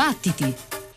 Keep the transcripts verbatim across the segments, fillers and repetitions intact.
Battiti!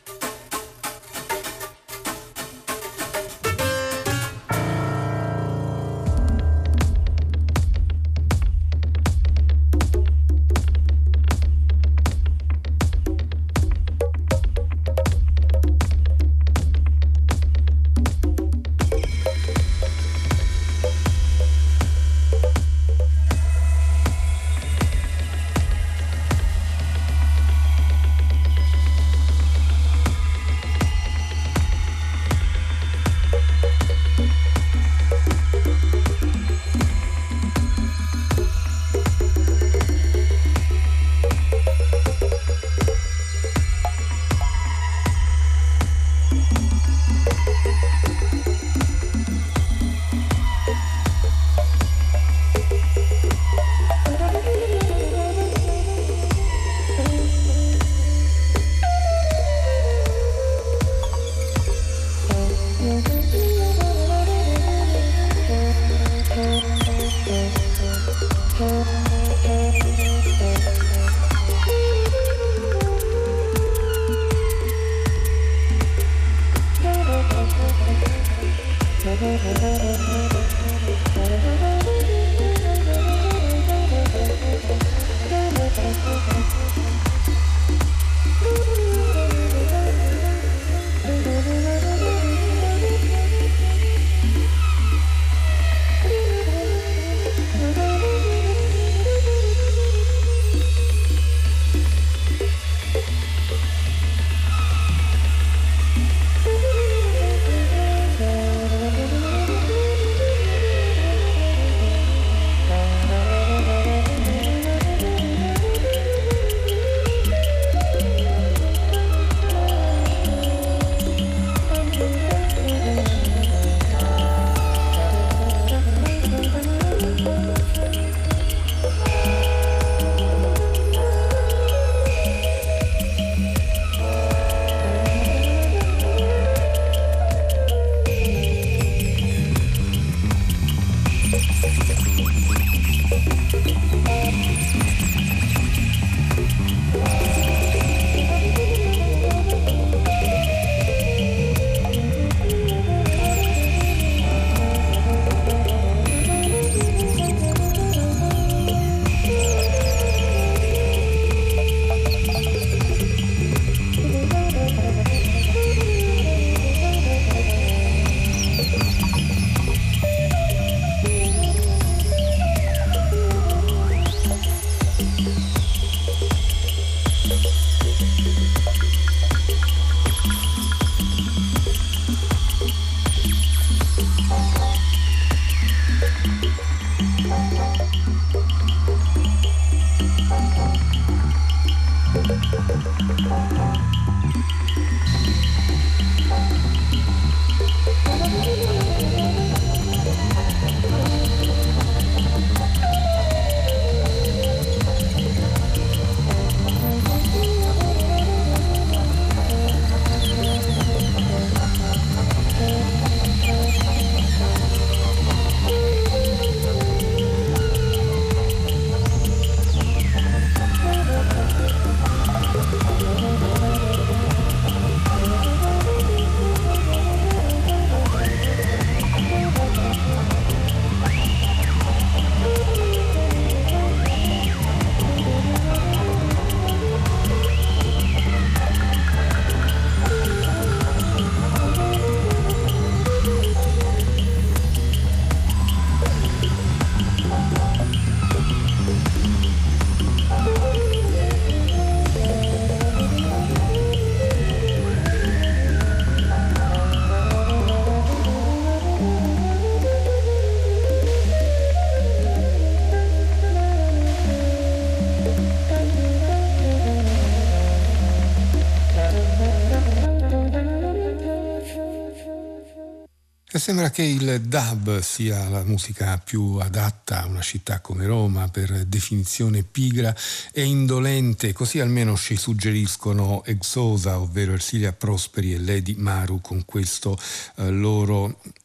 Sembra che il dub sia la musica più adatta a una città come Roma, per definizione pigra e indolente, così almeno ci suggeriscono Exosa, ovvero Ersilia Prosperi e Lady Maru, con questo eh, loro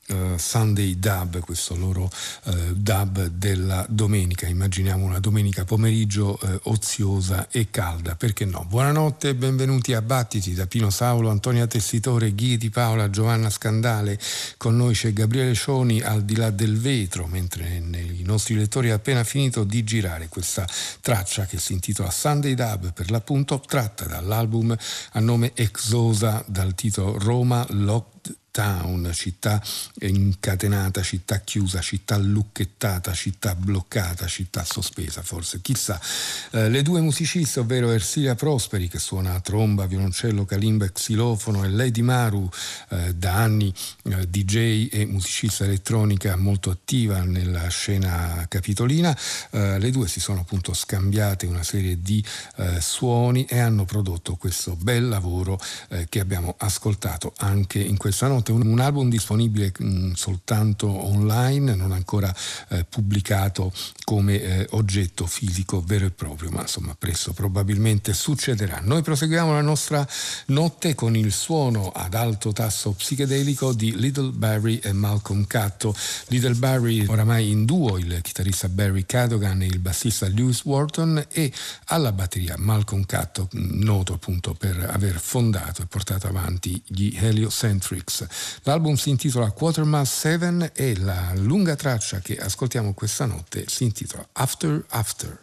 uh, Sunday Dub, questo loro uh, dub della domenica. Immaginiamo una domenica pomeriggio uh, oziosa e calda, perché no? Buonanotte e benvenuti a Battiti da Pino Saulo, Antonia Tessitore, Ghi di Paola, Giovanna Scandale. Con noi c'è Gabriele Cioni al di là del vetro, mentre nei nostri lettori ha appena finito di girare questa traccia che si intitola Sunday Dub, per l'appunto tratta dall'album a nome Exosa dal titolo Roma Locked Town, città incatenata, città chiusa, città lucchettata, città bloccata, città sospesa, forse, chissà. Eh, le due musiciste, ovvero Ersilia Prosperi, che suona tromba, violoncello, kalimba e xilofono, e Lady Maru, eh, da anni eh, D J e musicista elettronica molto attiva nella scena capitolina, eh, le due si sono appunto scambiate una serie di eh, suoni e hanno prodotto questo bel lavoro eh, che abbiamo ascoltato anche in questa notte. Un, un album disponibile mh, soltanto online, non ancora eh, pubblicato come eh, oggetto fisico vero e proprio, ma insomma presto probabilmente succederà. Noi proseguiamo la nostra notte con il suono ad alto tasso psichedelico di Little Barry e Malcolm Catto. Little Barry oramai in duo, il chitarrista Barry Cadogan e il bassista Lewis Wharton, e alla batteria Malcolm Catto, noto appunto per aver fondato e portato avanti gli Heliocentrics. L'album si intitola Quatermass Seven e la lunga traccia che ascoltiamo questa notte si intitola After After.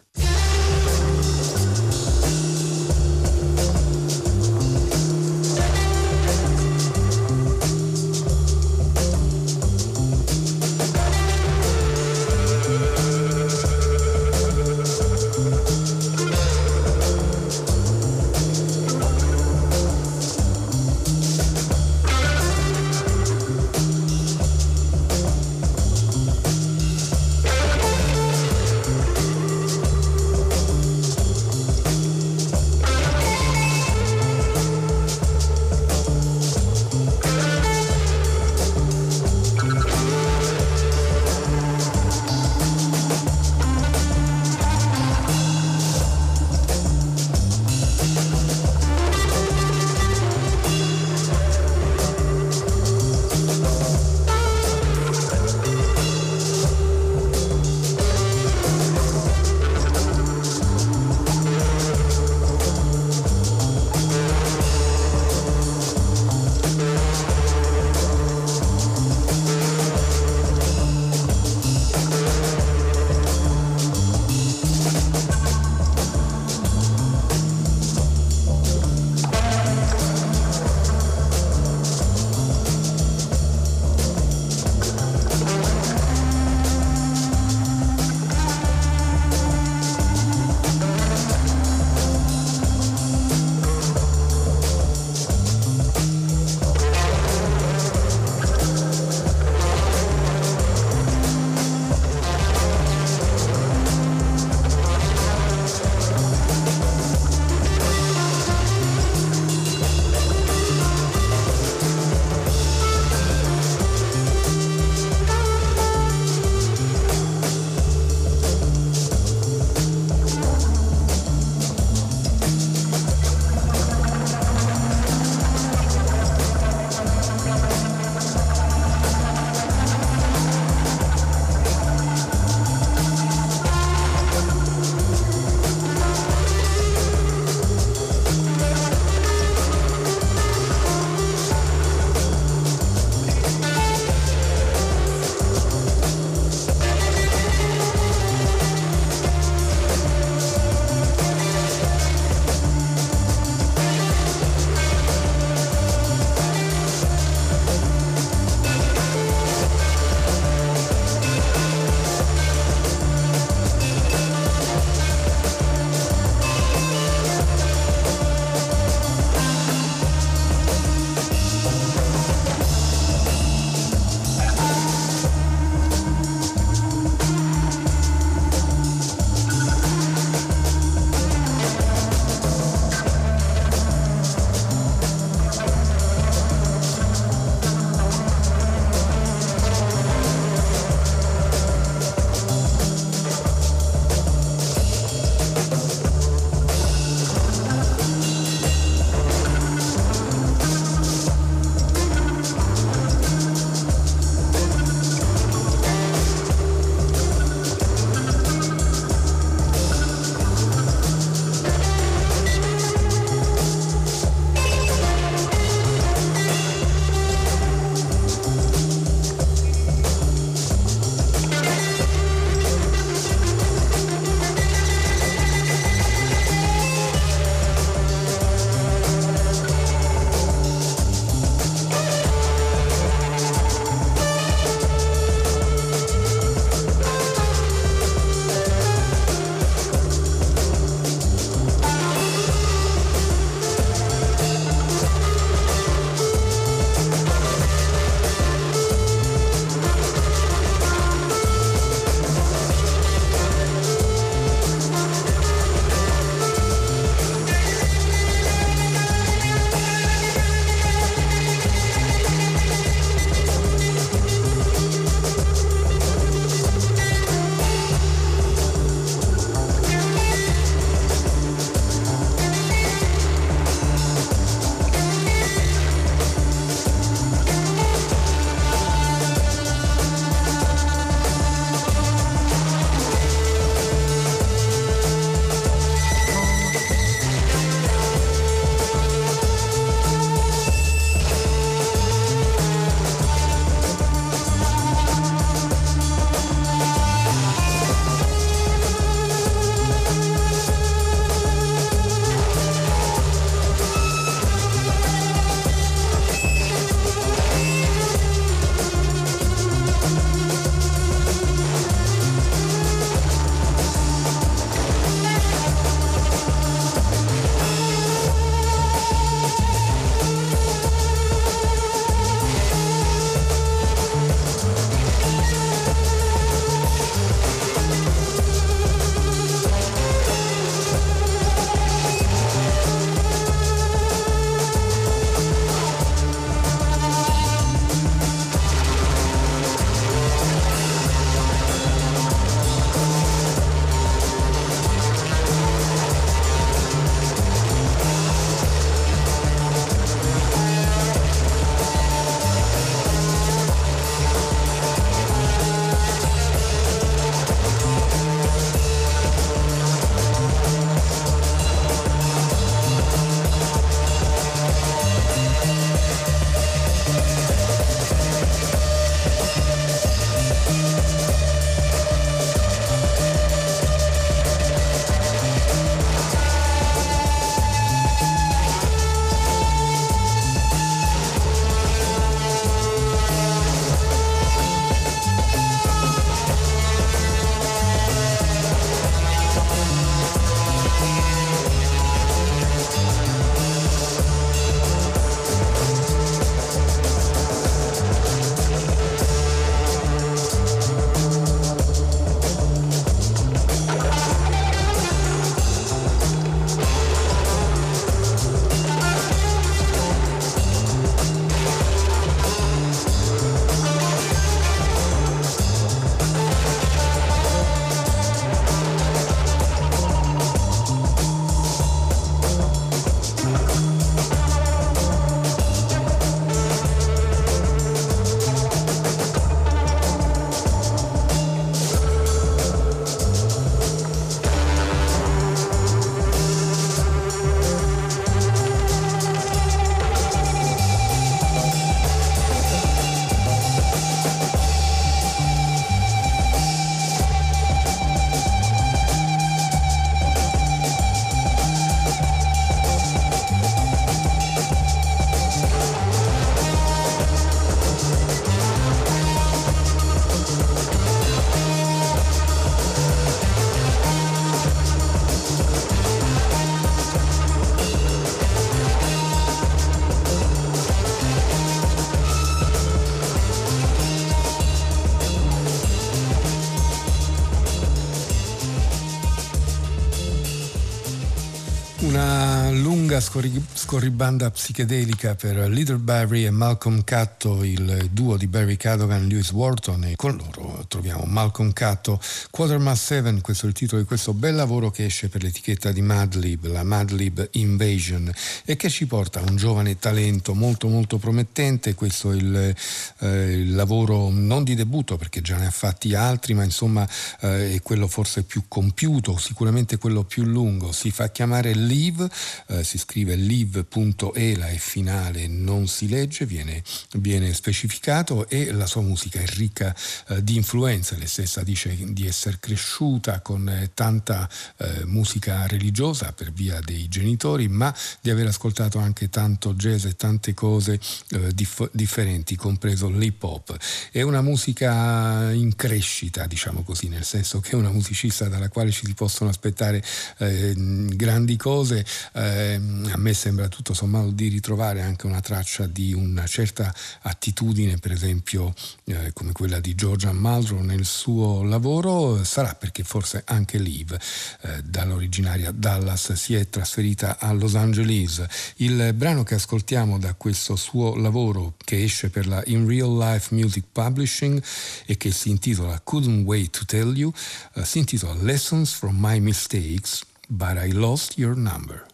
Una lunga scorri- scorribanda psichedelica per Little Barry e Malcolm Catto, il duo di Barry Cadogan e Lewis Wharton, e con loro troviamo Malcolm Catto, Quatermass Seven, questo è il titolo di questo bel lavoro che esce per l'etichetta di Madlib, la Madlib Invasion, e che ci porta a un giovane talento molto molto promettente. Questo è il, eh, il lavoro non di debutto, perché già ne ha fatti altri, ma insomma eh, è quello forse più compiuto, sicuramente quello più lungo. Si fa chiamare Live, eh, si scrive live punto e, la E finale non si legge, viene, viene specificato, e la sua musica è ricca eh, di influenze. Lei stessa dice di essere cresciuta con eh, tanta eh, musica religiosa per via dei genitori, ma di aver ascoltato anche tanto jazz e tante cose eh, dif- differenti, compreso l'hip hop. È una musica in crescita, diciamo così, nel senso che è una musicista dalla quale ci si possono aspettare eh, grandi cose. Eh, a me sembra tutto sommato di ritrovare anche una traccia di una certa attitudine, per esempio eh, come quella di Georgia Muldrow nel suo lavoro. Sarà perché forse anche Liv eh, dall'originaria Dallas si è trasferita a Los Angeles. Il brano che ascoltiamo da questo suo lavoro, che esce per la In Real Life Music Publishing e che si intitola Couldn't Wait to Tell You, eh, si intitola Lessons from My Mistakes, But I Lost Your Number.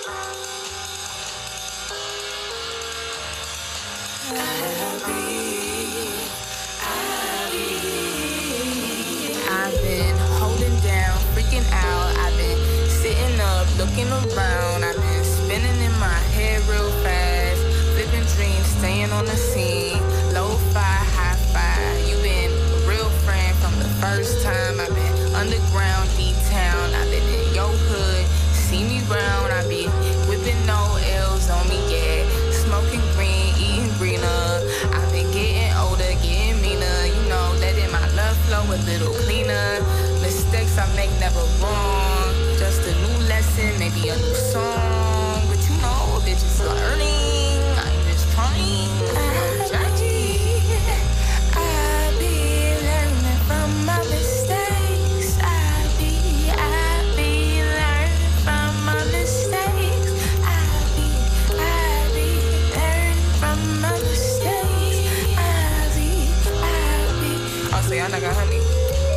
Looking around, I've been spinning in my head real fast, living dreams, staying on the scene, low-fi, high-fi. You've been a real friend from the first time. I've been underground, D-town, I've been in your hood, see me round, I be whipping no L's on me, yeah, smoking green, eating greener. I've been getting older, getting meaner, you know, letting my love flow a little cleaner. Mistakes I make never wrong, just a new lesson, maybe a new song, but you know, bitches learning, I'm just trying, I'm judging. I be learning from my mistakes, I be, I be learning from my mistakes, I be, I be learning from my mistakes, I be, I be. Oh, so y'all not gonna hurt me?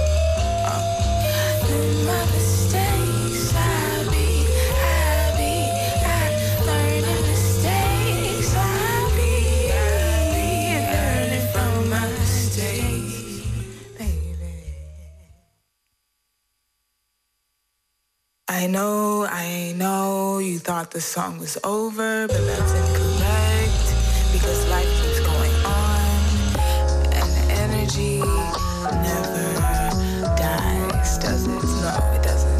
My mistakes, I be, I be, I learning mistakes, I be, I be learning from my mistakes, baby. I know, I know you thought the song was over, but that's incorrect, because life keeps going on, and the energy never dies, does it? No, it doesn't.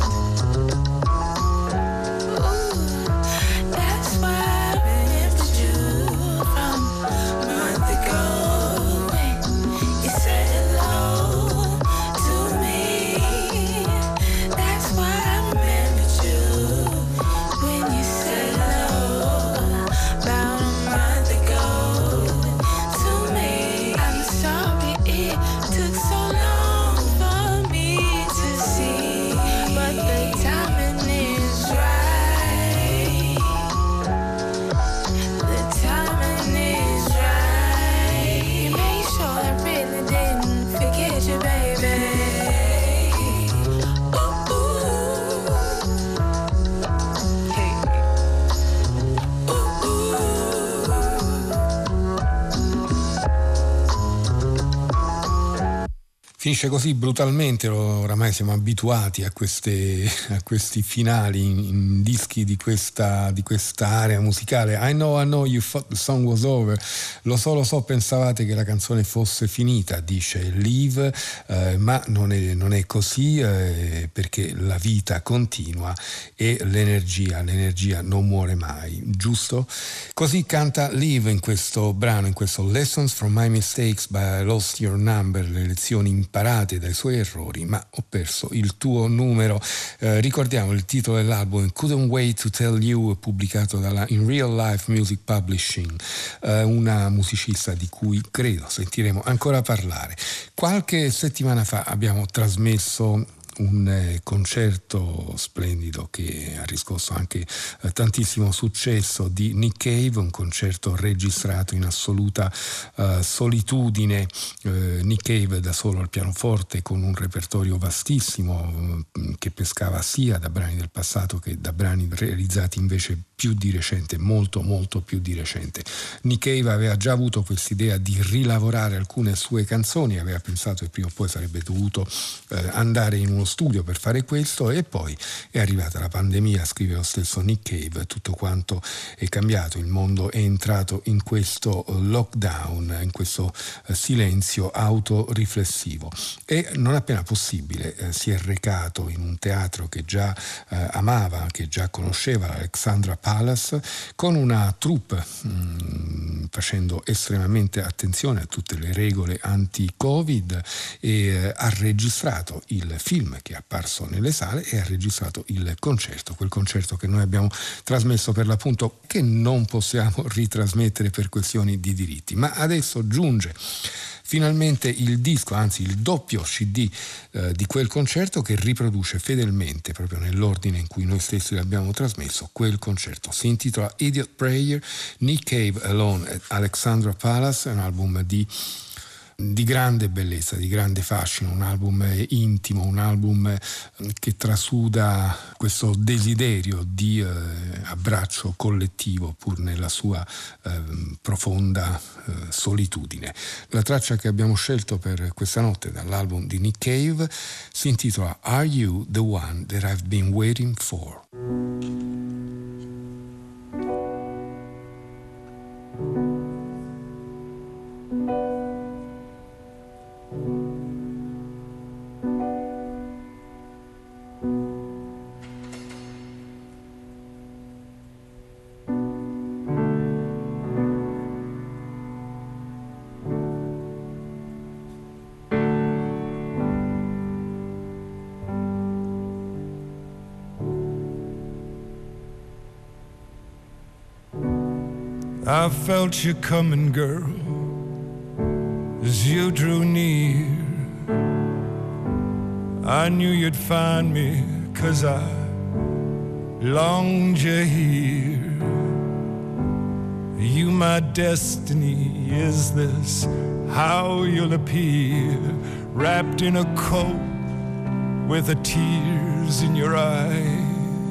Ooh, that's why I remembered you from a month ago when you said hello to me. That's why I remembered you when you said hello about a month ago to me. I'm sorry it took so long for me to see, but the timing is right. The timing is right. Make sure I really didn't forget you, baby. Ooh, ooh. Hey. Ooh, ooh. Finisce così brutalmente, oramai siamo abituati a, queste, a questi finali in, in dischi di questa, di questa area musicale. I know, I know you thought the song was over. Lo so, lo so, pensavate che la canzone fosse finita, dice Liv, eh, ma non è, non è così, eh, perché la vita continua e l'energia, l'energia non muore mai, giusto? Così canta Liv in questo brano, in questo Lessons from My Mistakes, by I Lost Your Number, le lezioni imparate dai suoi errori, ma ho perso il tuo numero. Eh, ricordiamo il titolo dell'album Couldn't Wait to Tell You, pubblicato dalla In Real Life Music Publishing, eh, una musicista di cui credo sentiremo ancora parlare. Qualche settimana fa abbiamo trasmesso un eh, concerto splendido che ha riscosso anche eh, tantissimo successo di Nick Cave, un concerto registrato in assoluta eh, solitudine. eh, Nick Cave da solo al pianoforte, con un repertorio vastissimo eh, che pescava sia da brani del passato che da brani realizzati invece più di recente, molto molto più di recente. Nick Cave aveva già avuto quest'idea di rilavorare alcune sue canzoni, aveva pensato che prima o poi sarebbe dovuto eh, andare in uno studio per fare questo, e poi è arrivata la pandemia, scrive lo stesso Nick Cave, tutto quanto è cambiato, il mondo è entrato in questo lockdown, in questo eh, silenzio autoriflessivo, e non appena possibile eh, si è recato in un teatro che già eh, amava, che già conosceva, l'Alexandra Palace, con una troupe mh, facendo estremamente attenzione a tutte le regole anti-Covid, e eh, ha registrato il film che è apparso nelle sale e ha registrato il concerto, quel concerto che noi abbiamo trasmesso per l'appunto, che non possiamo ritrasmettere per questioni di diritti. Ma adesso giunge finalmente il disco, anzi il doppio C D eh, di quel concerto, che riproduce fedelmente, proprio nell'ordine in cui noi stessi l'abbiamo trasmesso, quel concerto. Si intitola Idiot Prayer, Nick Cave Alone at Alexandra Palace, è un album di di grande bellezza, di grande fascino, un album intimo, un album che trasuda questo desiderio di eh, abbraccio collettivo pur nella sua eh, profonda eh, solitudine. La traccia che abbiamo scelto per questa notte dall'album di Nick Cave si intitola Are You the One That I've Been Waiting For? I felt you coming, girl, as you drew near. I knew you'd find me, 'cause I longed you here. You my destiny, is this how you'll appear? Wrapped in a coat with the tears in your eyes.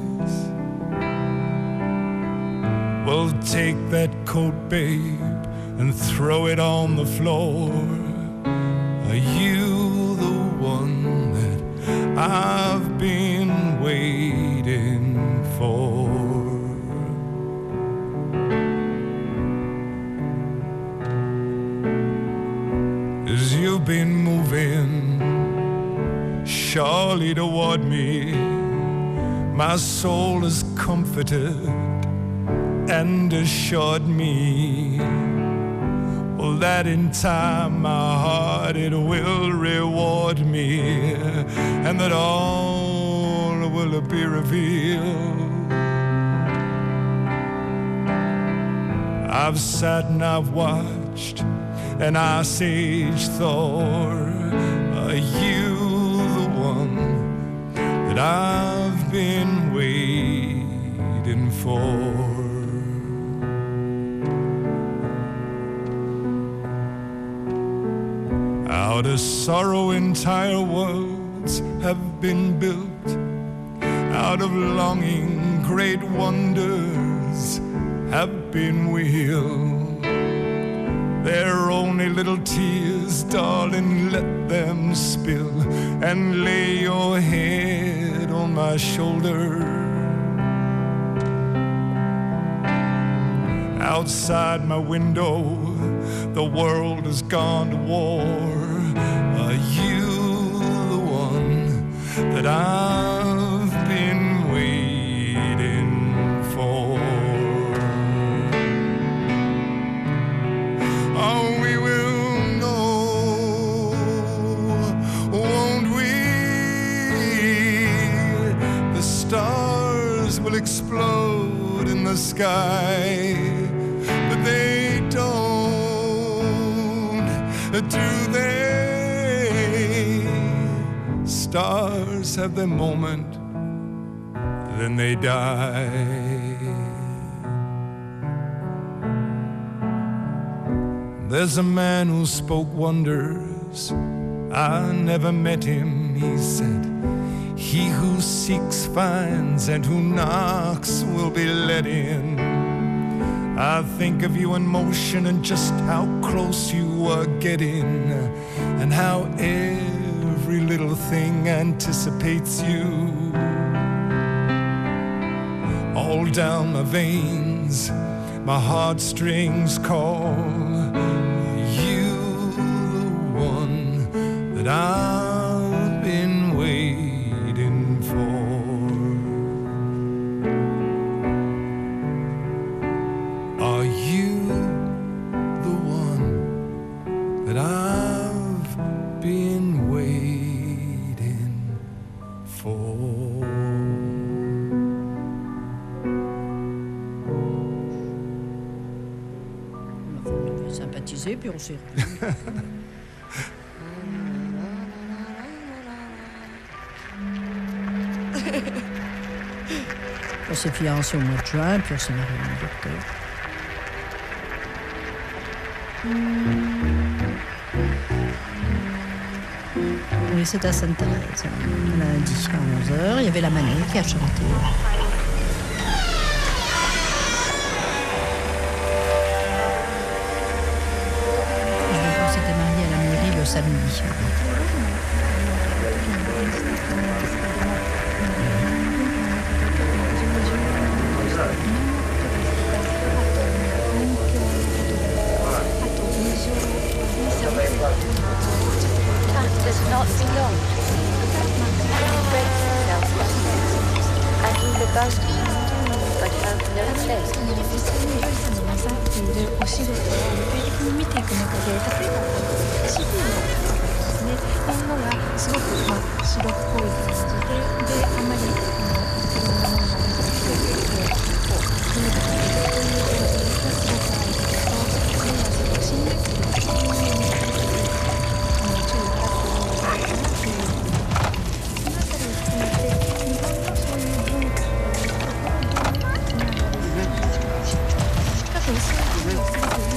Well, take that coat, babe, and throw it on the floor. Are you the one that I've been waiting for? 'Cause you've been moving surely toward me. My soul is comforted and assured me, well, that in time my heart it will reward me, and that all will be revealed. I've sat and I've watched, and I sage thought, are you the one that I've been waiting for? Out of sorrow entire worlds have been built, out of longing great wonders have been willed. They're only little tears, darling, let them spill, and lay your head on my shoulder. Outside my window, the world has gone to war. Are you the one that I've been waiting for? Oh, we will know, won't we? The stars will explode in the sky, but they don't, do they? Stars have their moment, then they die. There's a man who spoke wonders. I never met him, he said. He who seeks finds, and who knocks will be let in. I think of you in motion and just how close you are getting, and how every little thing anticipates you. All down my veins, my heartstrings call you the one that I've been waiting for. Are you the one that I've been waiting for? Sympathiser, puis on s'est on s'est fiancés au mois de juin, puis on s'est mariés au mois d'octobre. Oui, c'était à Sainte-Thérèse, lundi à onze heures. Il y avait la Manée qui a chanté. On s'était mariés à la mairie le samedi. Does not belong. He breaks himself. And he loves me, but have no place. なさっているお仕事を具体的に見ていく中で、例えば シーディー のカバーですね、みんながすごく、まあ、白っぽい感じで、で、あんまりいろんなものがなくて、こう、とにかくこういう感じがすごく愛とか、みんなすごく信頼するそういうものに対して、あの注意を払っているのかなっていうふうに、そのあたりを含めて、日本のそういう文化というところにつながる。そういうふうにすごくいい。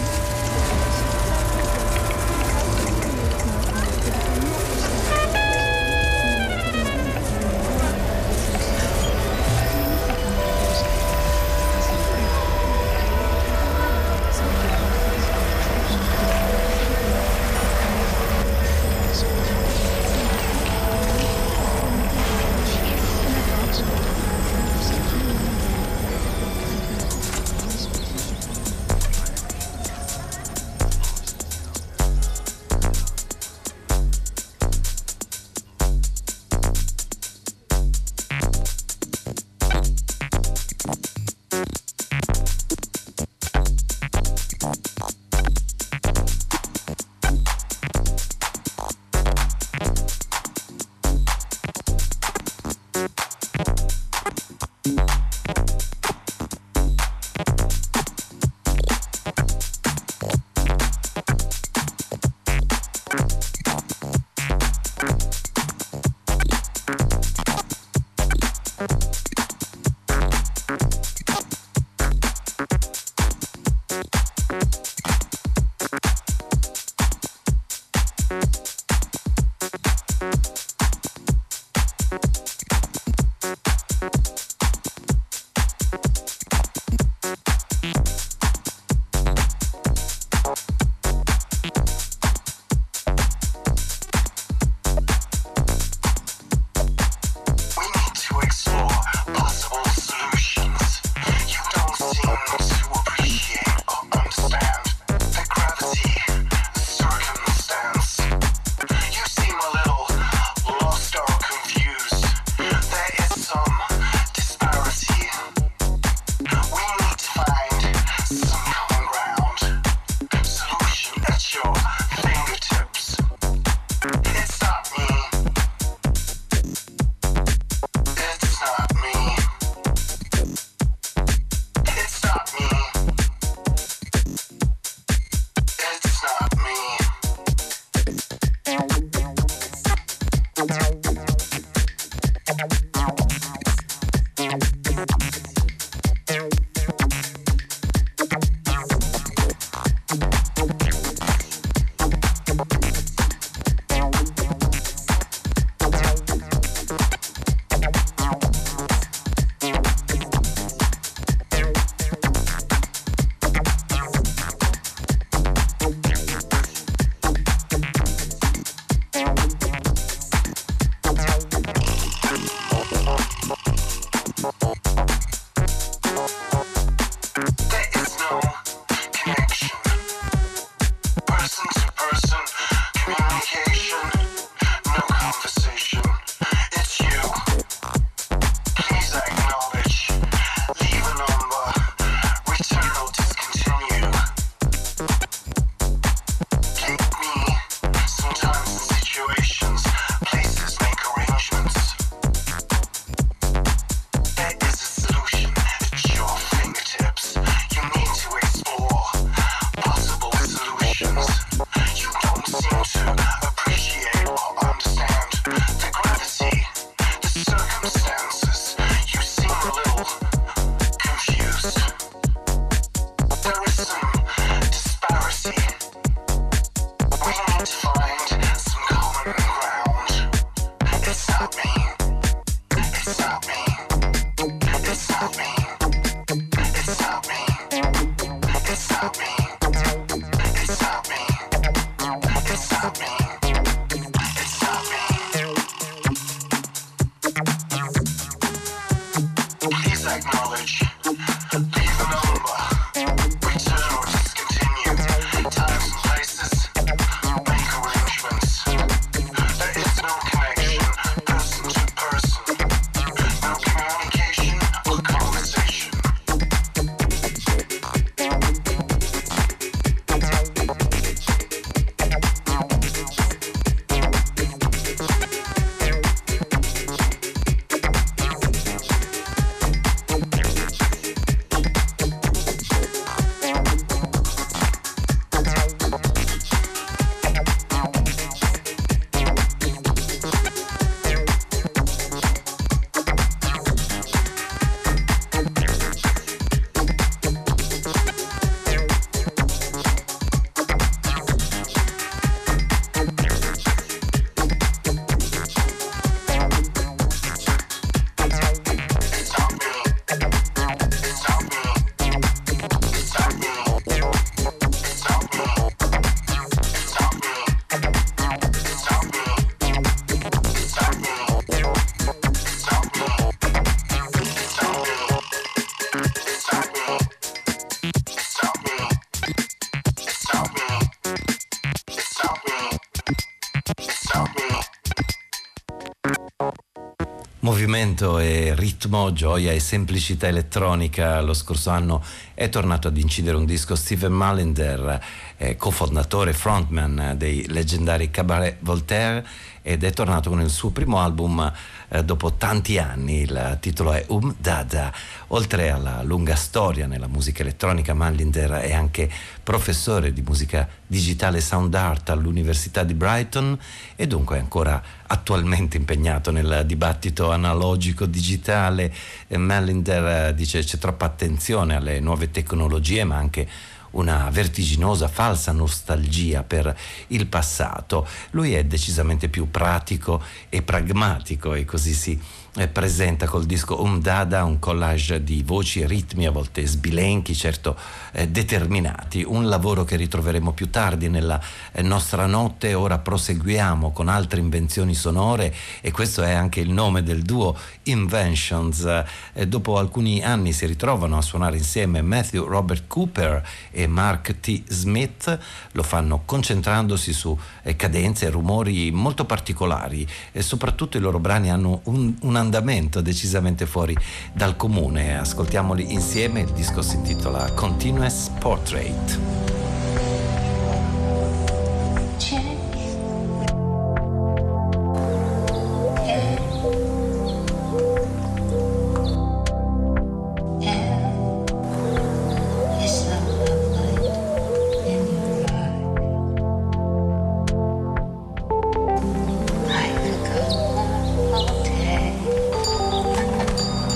Movimento e ritmo, gioia e semplicità elettronica. Lo scorso anno è tornato ad incidere un disco Steven Malinder, eh, cofondatore e frontman dei leggendari Cabaret Voltaire, ed è tornato con il suo primo album eh, dopo tanti anni. Il titolo è Um Dada. Oltre alla lunga storia nella musica elettronica, Malinder è anche professore di musica digitale sound art all'Università di Brighton e dunque è ancora attualmente impegnato nel dibattito analogico digitale. eh, Malinder eh, dice c'è troppa attenzione alle nuove tecnologie, ma anche una vertiginosa falsa nostalgia per il passato. Lui è decisamente più pratico e pragmatico e così si eh, presenta col disco Um Dada, un collage di voci e ritmi a volte sbilenchi, certo eh, determinati, un lavoro che ritroveremo più tardi nella eh, nostra notte. Ora proseguiamo con altre invenzioni sonore e questo è anche il nome del duo Inventions. Eh, dopo alcuni anni si ritrovano a suonare insieme Matthew Robert Cooper e Mark T. Smith. Lo fanno concentrandosi su eh, cadenze e rumori molto particolari e soprattutto i loro brani hanno un, un andamento decisamente fuori dal comune. Ascoltiamoli insieme. Il disco si intitola Continuous Portrait.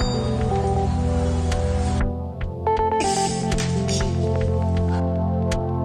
Thank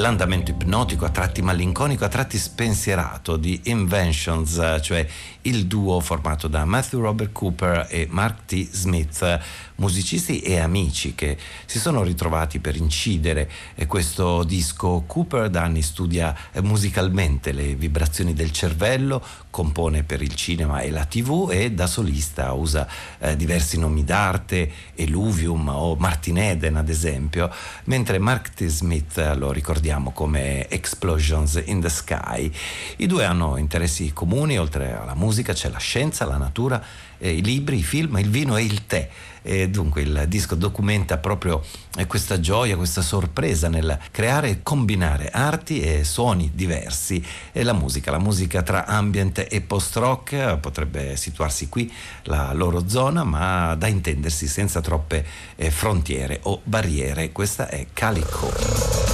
l'andamento ipnotico, a tratti malinconico, a tratti spensierato di Inventions, cioè il duo formato da Matthew Robert Cooper e Mark T. Smith, musicisti e amici che si sono ritrovati per incidere questo disco. Cooper da anni studia musicalmente le vibrazioni del cervello, compone per il cinema e la tivù e da solista usa eh, diversi nomi d'arte, Eluvium o Martin Eden ad esempio, mentre Mark T. Smith lo ricordiamo come Explosions in the Sky. I due hanno interessi comuni, oltre alla musica c'è la scienza, la natura, eh, i libri, i film, il vino e il tè. E dunque il disco documenta proprio questa gioia, questa sorpresa nel creare e combinare arti e suoni diversi. E la musica, la musica tra ambient e post-rock potrebbe situarsi qui la loro zona, ma da intendersi senza troppe eh, frontiere o barriere. Questa è Calico.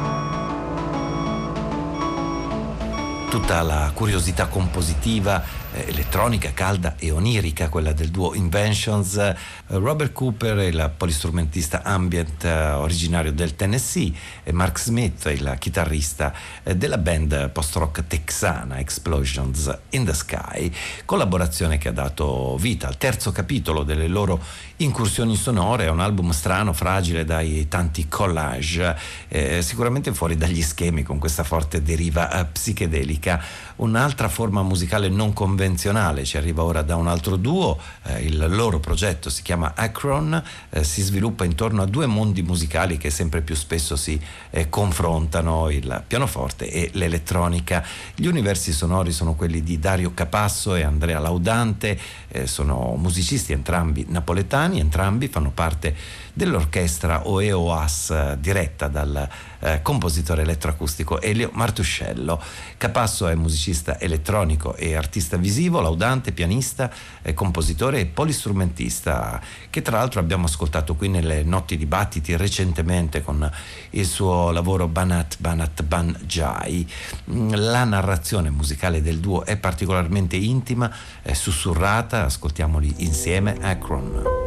tutta la curiosità compositiva eh, elettronica, calda e onirica, quella del duo Inventions. eh, Robert Cooper, il polistrumentista ambient eh, originario del Tennessee, e Mark Smith, il chitarrista eh, della band post-rock texana Explosions in the Sky, collaborazione che ha dato vita al terzo capitolo delle loro incursioni sonore. È un album strano, fragile dai tanti collage, eh, sicuramente fuori dagli schemi, con questa forte deriva eh, psichedelica. Un'altra forma musicale non convenzionale ci arriva ora da un altro duo. Eh, il loro progetto si chiama Akron, eh, si sviluppa intorno a due mondi musicali che sempre più spesso si eh, confrontano, il pianoforte e l'elettronica. Gli universi sonori sono quelli di Dario Capasso e Andrea Laudante, eh, sono musicisti entrambi napoletani, entrambi fanno parte dell'orchestra Oe Oas eh, diretta dal eh, compositore elettroacustico Elio Martuscello. Capasso è musicista elettronico e artista visivo, Laudante pianista, eh, compositore e polistrumentista, che tra l'altro abbiamo ascoltato qui nelle Notti di Battiti recentemente con il suo lavoro Banat Banat Ban Jai. La narrazione musicale del duo è particolarmente intima, è sussurrata, ascoltiamoli insieme. Akron.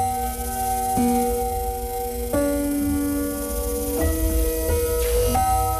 Thank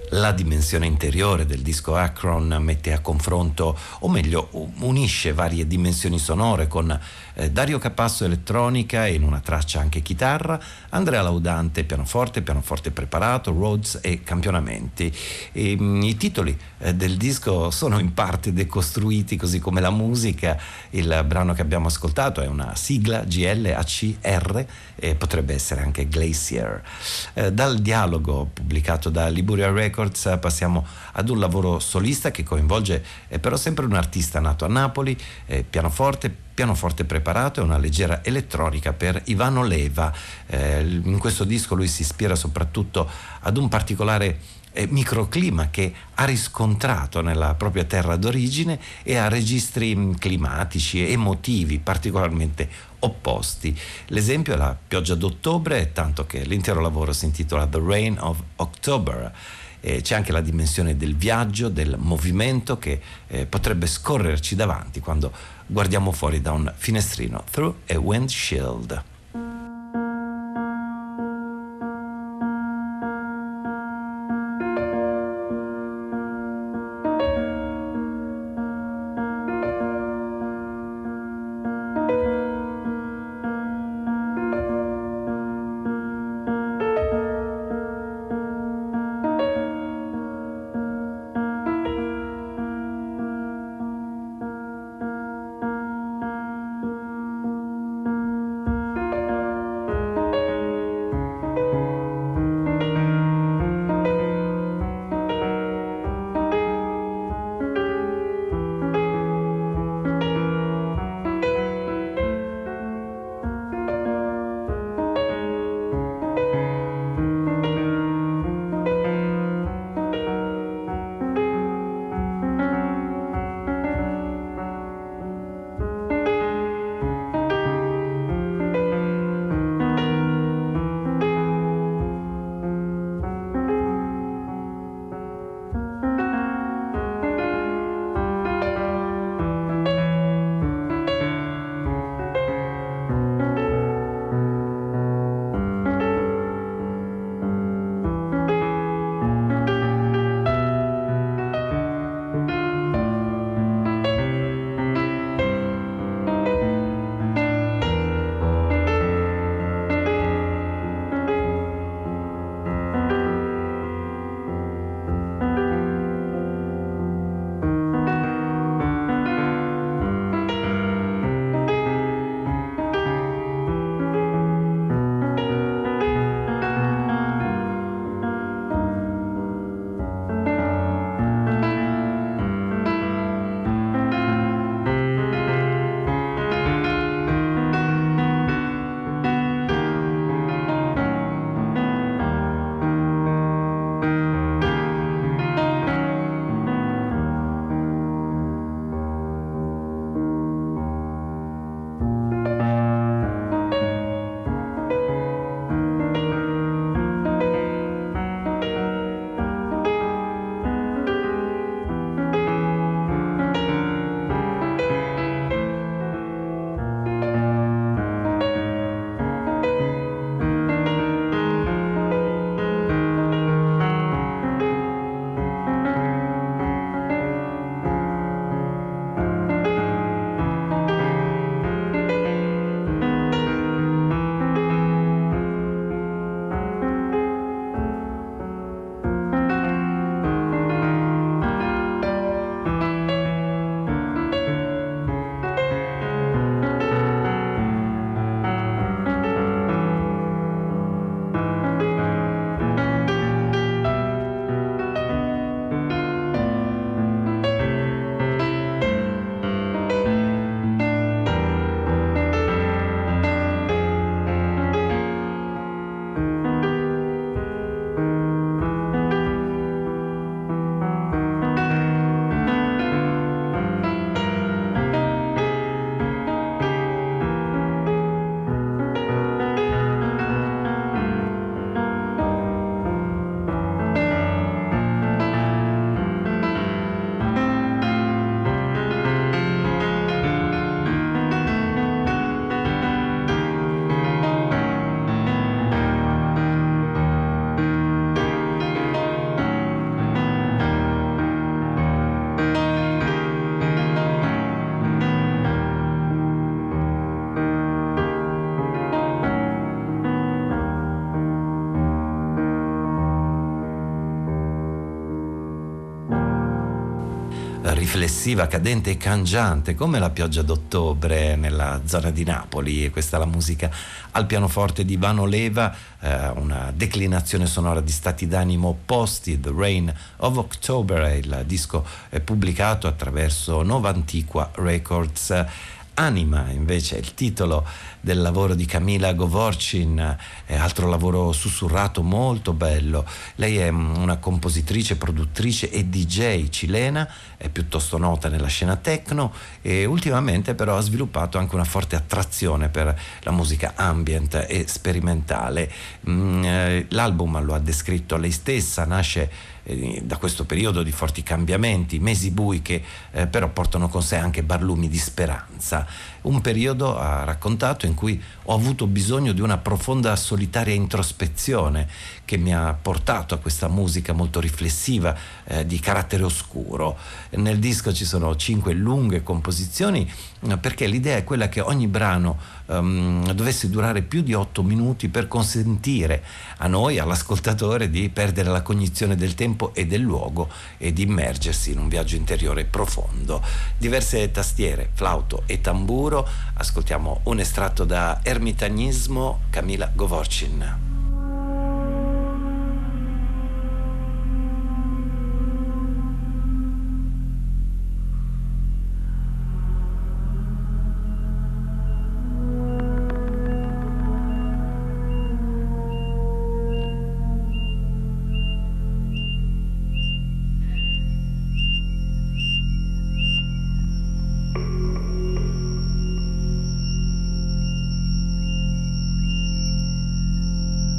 la dimensione interiore del disco Akron mette a confronto, o meglio unisce varie dimensioni sonore con eh, Dario Capasso elettronica e in una traccia anche chitarra, Andrea Laudante pianoforte, pianoforte preparato, Rhodes e campionamenti. E, mh, i titoli eh, del disco sono in parte decostruiti, così come la musica. Il brano che abbiamo ascoltato è una sigla G L A C R e potrebbe essere anche Glacier. Eh, dal dialogo pubblicato da Liguria Records passiamo ad un lavoro solista che coinvolge eh, però sempre un artista nato a Napoli, eh, pianoforte, pianoforte preparato e una leggera elettronica per Ivano Leva. Eh, in questo disco lui si ispira soprattutto ad un particolare eh, microclima che ha riscontrato nella propria terra d'origine e a registri mh, climatici e emotivi particolarmente opposti. L'esempio è la pioggia d'ottobre, tanto che l'intero lavoro si intitola The Rain of October. Eh, c'è anche la dimensione del viaggio, del movimento che eh, potrebbe scorrerci davanti quando guardiamo fuori da un finestrino, Through a Windshield. riflessiva, cadente e cangiante come la pioggia d'ottobre nella zona di Napoli. E questa è la musica al pianoforte di Ivano Leva, eh, una declinazione sonora di stati d'animo opposti. The Rain of October è il disco eh, pubblicato attraverso Nova Antiqua Records. Anima invece è il titolo del lavoro di Kamila Govorchin, è altro lavoro sussurrato molto bello. Lei è una compositrice, produttrice e D J cilena, è piuttosto nota nella scena techno e ultimamente però ha sviluppato anche una forte attrazione per la musica ambient e sperimentale. L'album, lo ha descritto lei stessa, nasce da questo periodo di forti cambiamenti, mesi bui che eh, però portano con sé anche barlumi di speranza. Un periodo, ha raccontato, in cui ho avuto bisogno di una profonda solitaria introspezione che mi ha portato a questa musica molto riflessiva, eh, di carattere oscuro. Nel disco ci sono cinque lunghe composizioni, eh, perché l'idea è quella che ogni brano um, dovesse durare più di otto minuti per consentire a noi, all'ascoltatore, di perdere la cognizione del tempo e del luogo e di immergersi in un viaggio interiore profondo. Diverse tastiere, flauto e tamburo. Ascoltiamo un estratto da Ermitanismo, Kamila Govorchin. Thank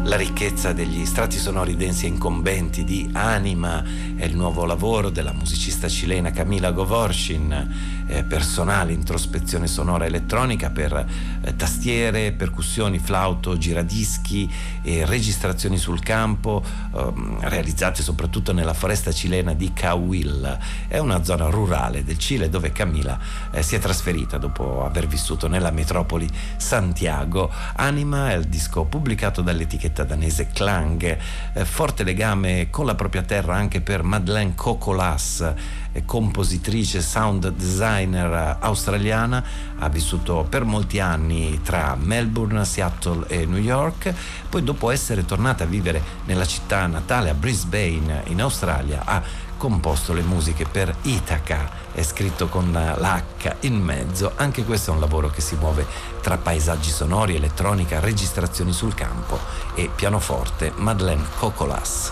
la ricchezza degli strati sonori densi e incombenti di Anima è il nuovo lavoro della musicista cilena Camila Govorshin, eh, personale introspezione sonora elettronica per eh, tastiere, percussioni, flauto, giradischi e registrazioni sul campo, eh, realizzate soprattutto nella foresta cilena di Cahuil. È una zona rurale del Cile dove Camila eh, si è trasferita dopo aver vissuto nella metropoli Santiago. Anima è il disco pubblicato dall'etichetta danese Klang, eh, forte legame con la propria terra anche per Madeleine Cocolas, eh, compositrice, sound designer australiana. Ha vissuto per molti anni tra Melbourne, Seattle e New York, poi dopo essere tornata a vivere nella città natale a Brisbane in Australia ha composto le musiche per Itaca, è scritto con l'H in mezzo. Anche questo è un lavoro che si muove tra paesaggi sonori, elettronica, registrazioni sul campo e pianoforte. Madeleine Cocolas.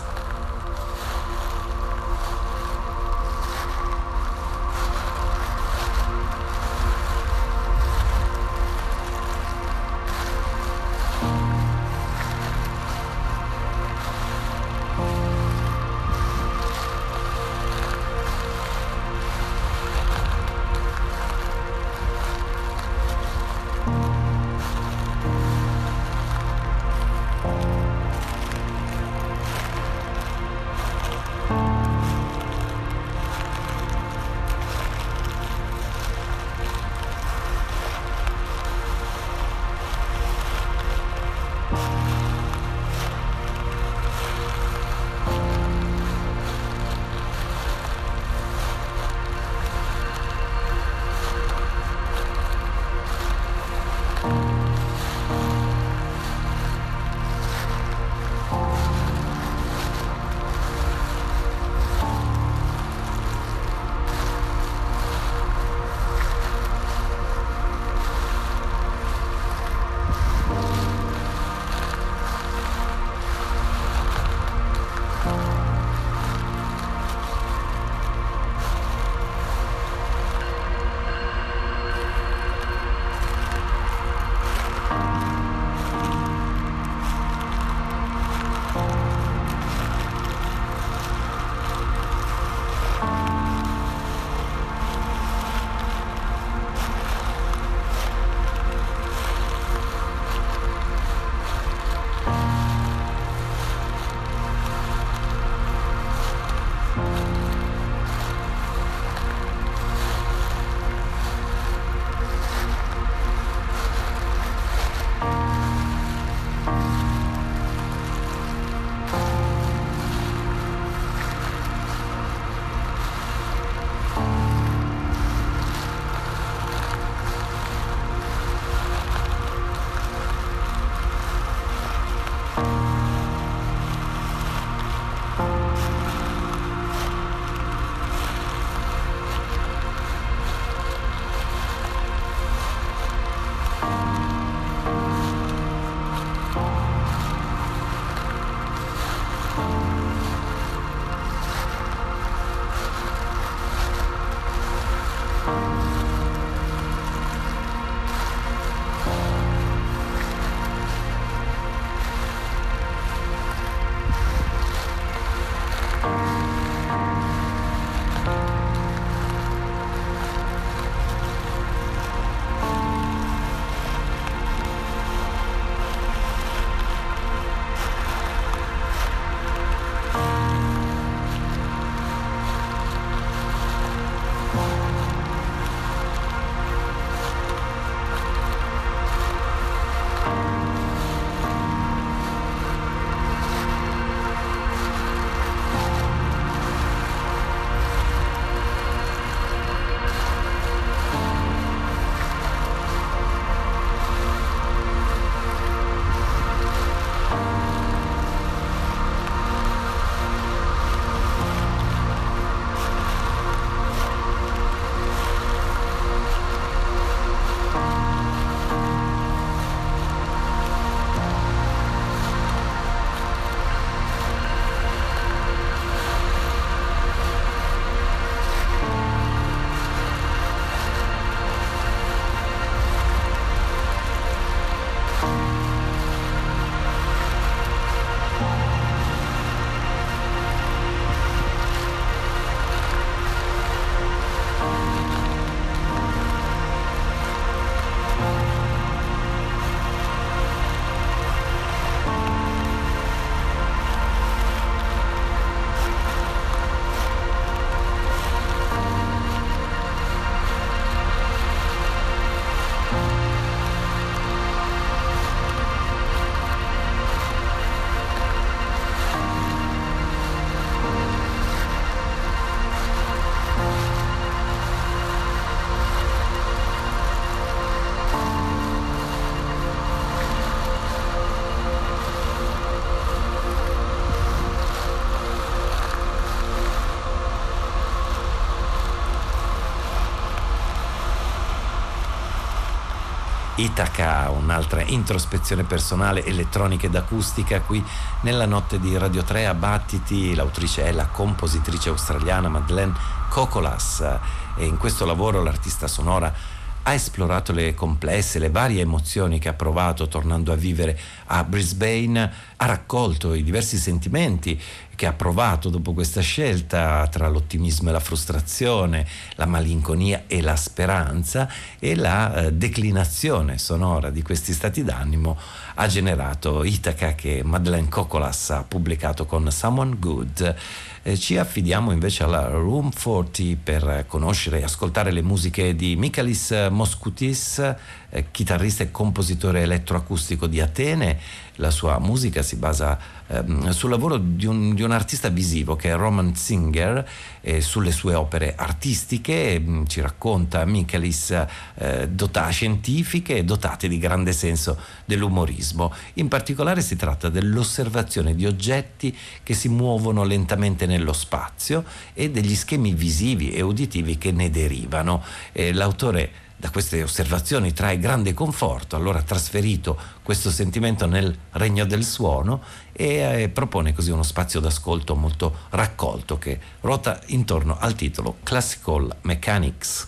Itaca, un'altra introspezione personale elettronica ed acustica qui nella notte di Radio tre a Battiti. L'autrice è la compositrice australiana Madeleine Kokolas e in questo lavoro l'artista sonora ha esplorato le complesse, le varie emozioni che ha provato tornando a vivere a Brisbane, ha raccolto i diversi sentimenti che ha provato dopo questa scelta tra l'ottimismo e la frustrazione, la malinconia e la speranza, e la eh, declinazione sonora di questi stati d'animo ha generato Itaca, che Madeleine Kokolas ha pubblicato con Someone Good. Eh, ci affidiamo invece alla Room quaranta per conoscere e ascoltare le musiche di Michalis Moskoutis, eh, chitarrista e compositore elettroacustico di Atene. La sua musica si basa ehm, sul lavoro di un, di un artista visivo che è Roman Singer, e sulle sue opere artistiche ehm, ci racconta Michalis eh, dota- scientifiche e dotate di grande senso dell'umorismo. In particolare si tratta dell'osservazione di oggetti che si muovono lentamente nello spazio e degli schemi visivi e uditivi che ne derivano. E l'autore da queste osservazioni trae grande conforto, allora ha trasferito questo sentimento nel regno del suono e eh, propone così uno spazio d'ascolto molto raccolto che ruota intorno al titolo Classical Mechanics.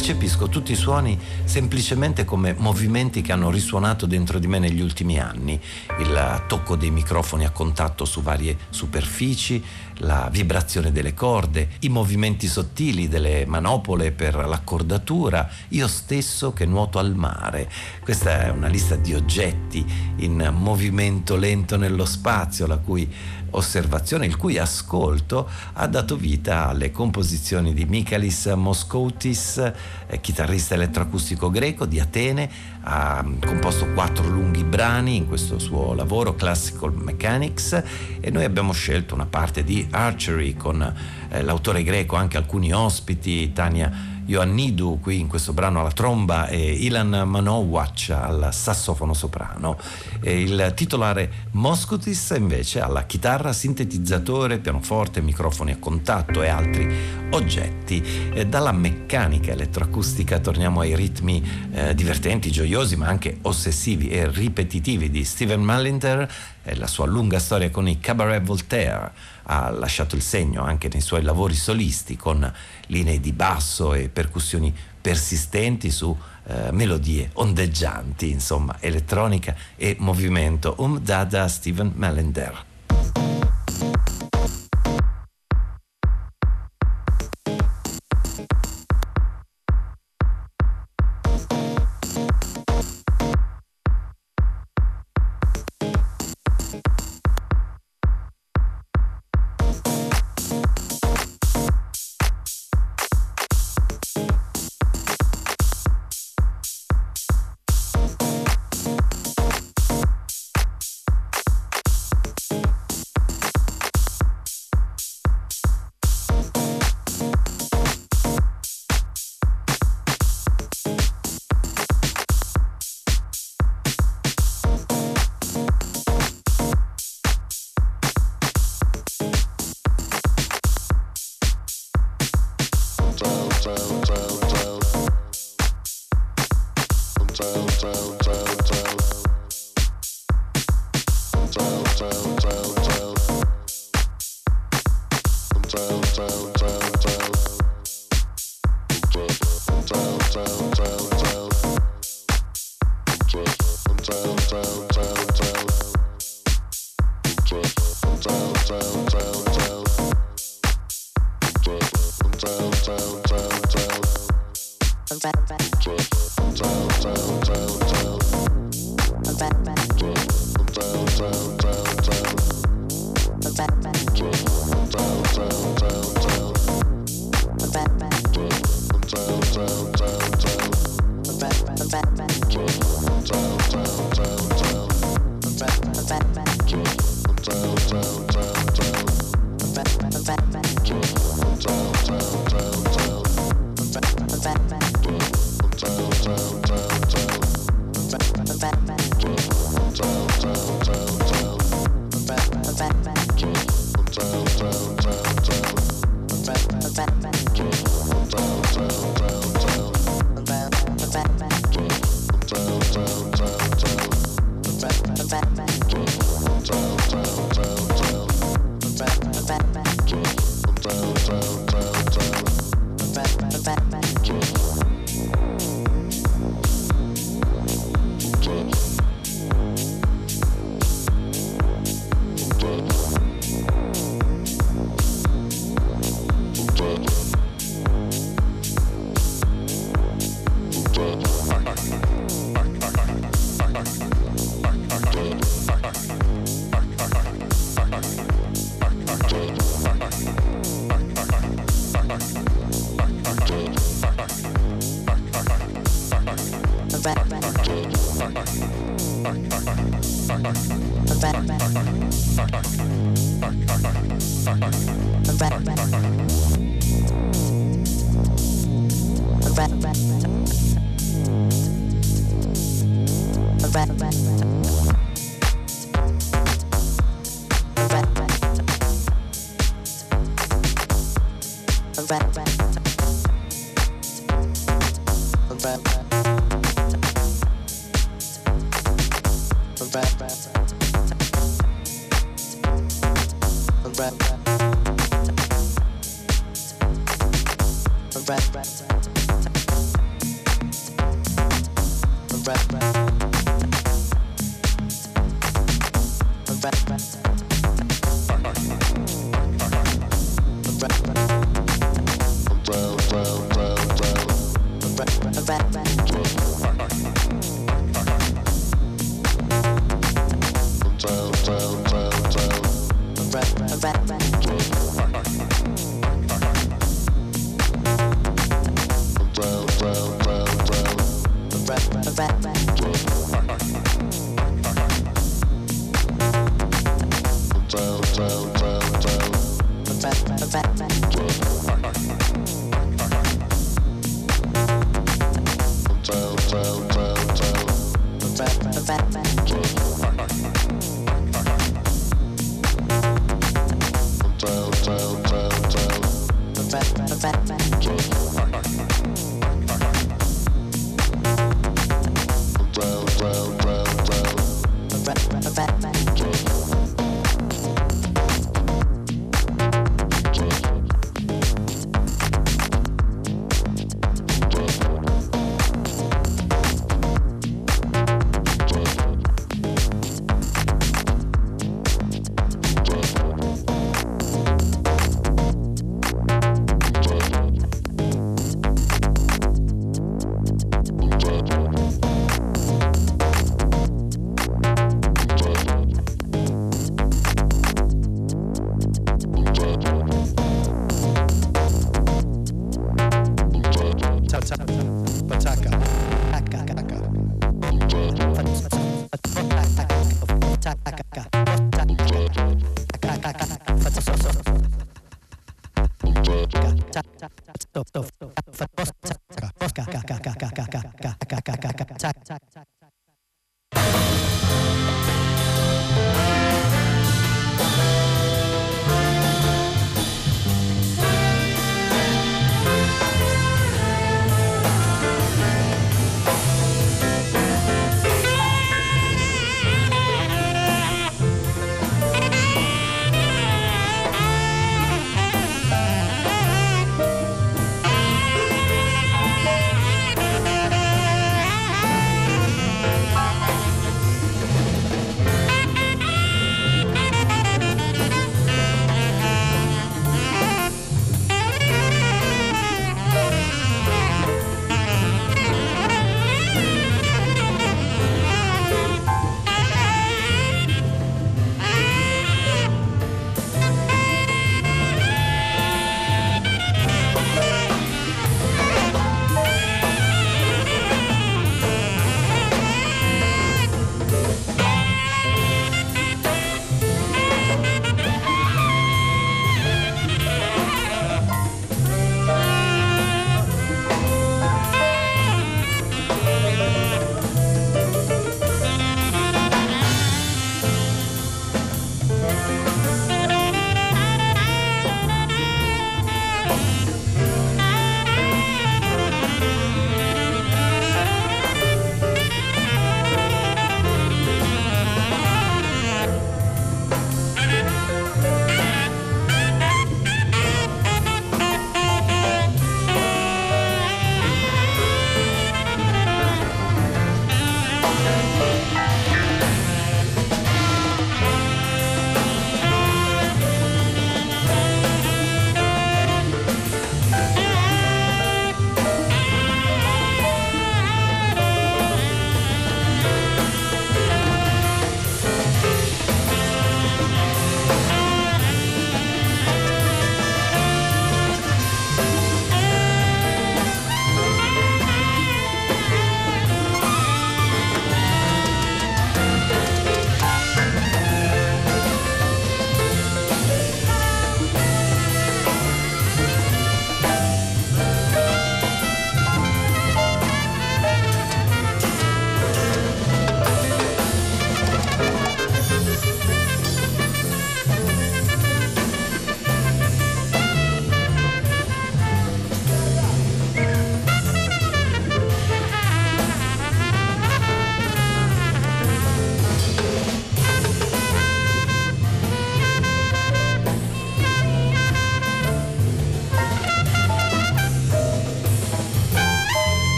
percepisco tutti i suoni semplicemente come movimenti che hanno risuonato dentro di me negli ultimi anni. Il tocco dei microfoni a contatto su varie superfici, la vibrazione delle corde, i movimenti sottili delle manopole per l'accordatura, io stesso che nuoto al mare. Questa è una lista di oggetti in movimento lento nello spazio, la cui osservazione, il cui ascolto ha dato vita alle composizioni di Michalis Moschoutis, eh, chitarrista elettroacustico greco di Atene. Ha composto quattro lunghi brani in questo suo lavoro Classical Mechanics, e noi abbiamo scelto una parte di Archery con eh, l'autore greco, anche alcuni ospiti, Tania Ioannidou qui in questo brano alla tromba e Ilan Manowatch al sassofono soprano, e il titolare Moschoutis invece alla chitarra, sintetizzatore, pianoforte, microfoni a contatto e altri oggetti. E dalla meccanica elettroacustica torniamo ai ritmi eh, divertenti, gioiosi ma anche ossessivi e ripetitivi di Steven Mallender. E la sua lunga storia con i Cabaret Voltaire ha lasciato il segno anche nei suoi lavori solisti, con linee di basso e percussioni persistenti su eh, melodie ondeggianti, insomma elettronica e movimento. Um Dada, Steven Mallender.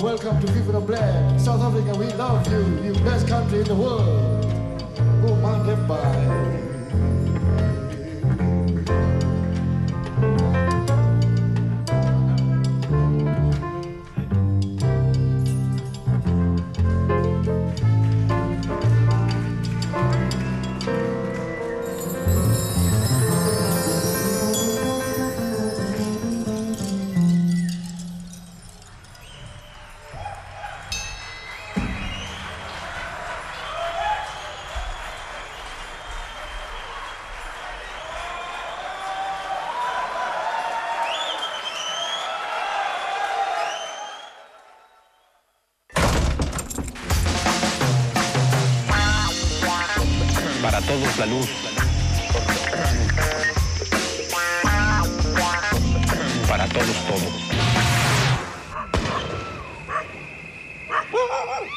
welcome to Viva Black. South Africa, we love you. You best country in the world. Oh, mountain bike. Para todos la luz. Para todos todo.